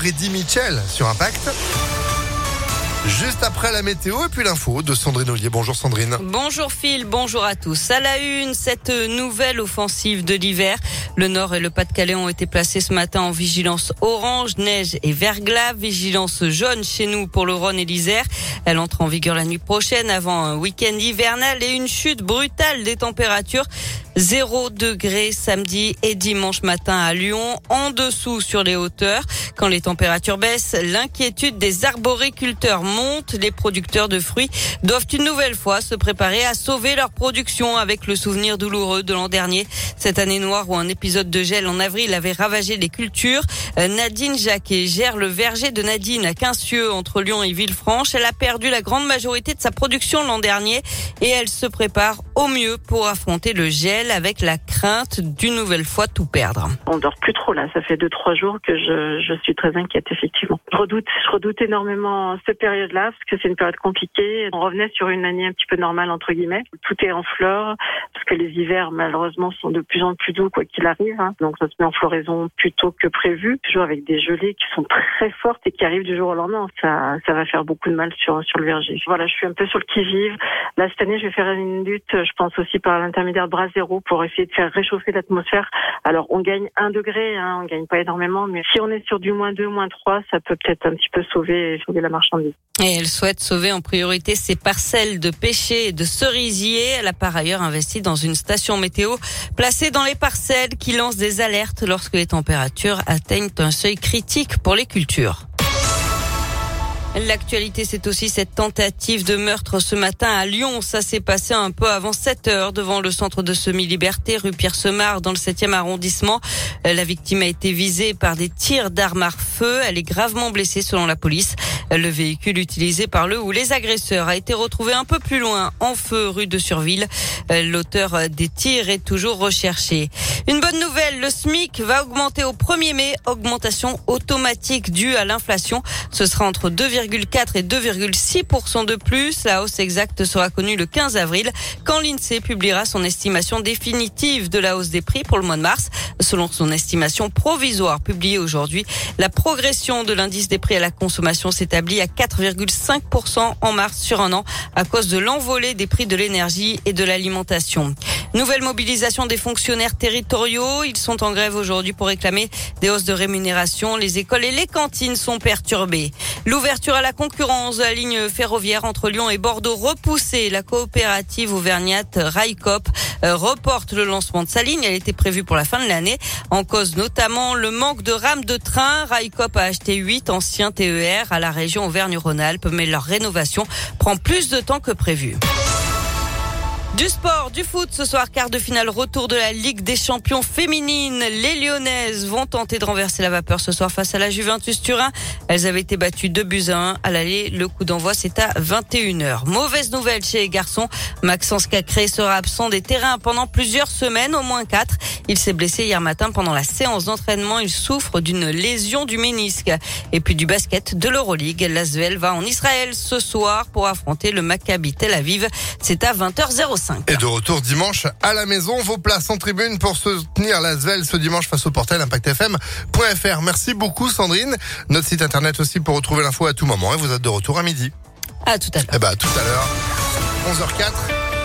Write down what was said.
Eddie Mitchell sur Impact. Juste après la météo et puis l'info de Sandrine Ollier. Bonjour Sandrine. Bonjour Phil, bonjour à tous. À la une, cette nouvelle offensive de l'hiver. Le Nord et le Pas-de-Calais ont été placés ce matin en vigilance orange, neige et verglas. Vigilance jaune chez nous pour le Rhône et l'Isère. Elle entre en vigueur la nuit prochaine avant un week-end hivernal et une chute brutale des températures. 0 degré samedi et dimanche matin à Lyon, en dessous sur les hauteurs. Quand les températures baissent, l'inquiétude des arboriculteurs monte. Les producteurs de fruits doivent une nouvelle fois se préparer à sauver leur production avec le souvenir douloureux de l'an dernier. Cette année noire où un épisode de gel en avril avait ravagé les cultures. Nadine Jacquet gère le verger de Nadine à Quincieux entre Lyon et Villefranche. Elle a perdu la grande majorité de sa production l'an dernier et elle se prépare au mieux pour affronter le gel avec la crainte d'une nouvelle fois tout perdre. On dort plus trop là, ça fait 2-3 jours que je suis très inquiète effectivement. Je redoute énormément cette période-là parce que c'est une période compliquée. On revenait sur une année un petit peu normale entre guillemets. Tout est en fleurs parce que les hivers malheureusement sont de plus en plus doux quoi qu'il arrive. Donc ça se met en floraison plus tôt que prévu, toujours avec des gelées qui sont très fortes et qui arrivent du jour au lendemain. Ça va faire beaucoup de mal sur le verger. Voilà, je suis un peu sur le qui-vive. Là cette année je vais faire une lutte, je pense aussi par l'intermédiaire de Bras Zéro pour essayer de faire réchauffer l'atmosphère. Alors on gagne 1 degré, on gagne pas énormément, mais si on est sur du -2, -3, ça peut peut-être un petit peu sauver la marchandise. Et elle souhaite sauver en priorité ses parcelles de pêcher et de cerisiers. Elle a par ailleurs investi dans une station météo placée dans les parcelles qui lance des alertes lorsque les températures atteignent un seuil critique pour les cultures. L'actualité, c'est aussi cette tentative de meurtre ce matin à Lyon. Ça s'est passé un peu avant 7 heures devant le centre de semi-liberté, rue Pierre-Semard, dans le 7e arrondissement. La victime a été visée par des tirs d'armes à feu. Elle est gravement blessée selon la police. Le véhicule utilisé par le ou les agresseurs a été retrouvé un peu plus loin, en feu, rue de Surville. L'auteur des tirs est toujours recherché. Une bonne nouvelle, le SMIC va augmenter au 1er mai, augmentation automatique due à l'inflation. Ce sera entre 2,4 et 2,6% de plus. La hausse exacte sera connue le 15 avril, quand l'INSEE publiera son estimation définitive de la hausse des prix pour le mois de mars. Selon son estimation provisoire publiée aujourd'hui, la progression de l'indice des prix à la consommation s'établit à 4,5% en mars sur un an à cause de l'envolée des prix de l'énergie et de l'alimentation. Nouvelle mobilisation des fonctionnaires territoriaux. Ils sont en grève aujourd'hui pour réclamer des hausses de rémunération. Les écoles et les cantines sont perturbées. L'ouverture à la concurrence de la ligne ferroviaire entre Lyon et Bordeaux repoussée. La coopérative auvergnate Railcoop reporte le lancement de sa ligne. Elle était prévue pour la fin de l'année. En cause notamment le manque de rames de train. Railcoop a acheté 8 anciens TER à la région Auvergne-Rhône-Alpes, mais leur rénovation prend plus de temps que prévu. Du sport, du foot, ce soir, quart de finale, retour de la Ligue des champions féminines. Les Lyonnaises vont tenter de renverser la vapeur ce soir face à la Juventus Turin. Elles avaient été battues 2-1 à l'aller. Le coup d'envoi, c'est à 21h. Mauvaise nouvelle chez les garçons. Maxence Cacré sera absent des terrains pendant plusieurs semaines, au moins 4. Il s'est blessé hier matin pendant la séance d'entraînement. Il souffre d'une lésion du ménisque. Et puis du basket de l'Euroleague. L'Asvel va en Israël ce soir pour affronter le Maccabi Tel Aviv. C'est à 20h05. Et de retour dimanche à la maison, vos places en tribune pour soutenir l'Asvel ce dimanche face au portail impactfm.fr. Merci beaucoup Sandrine. Notre site internet aussi pour retrouver l'info à tout moment. Et vous êtes de retour à midi. À tout à l'heure. À tout à l'heure. 11h04.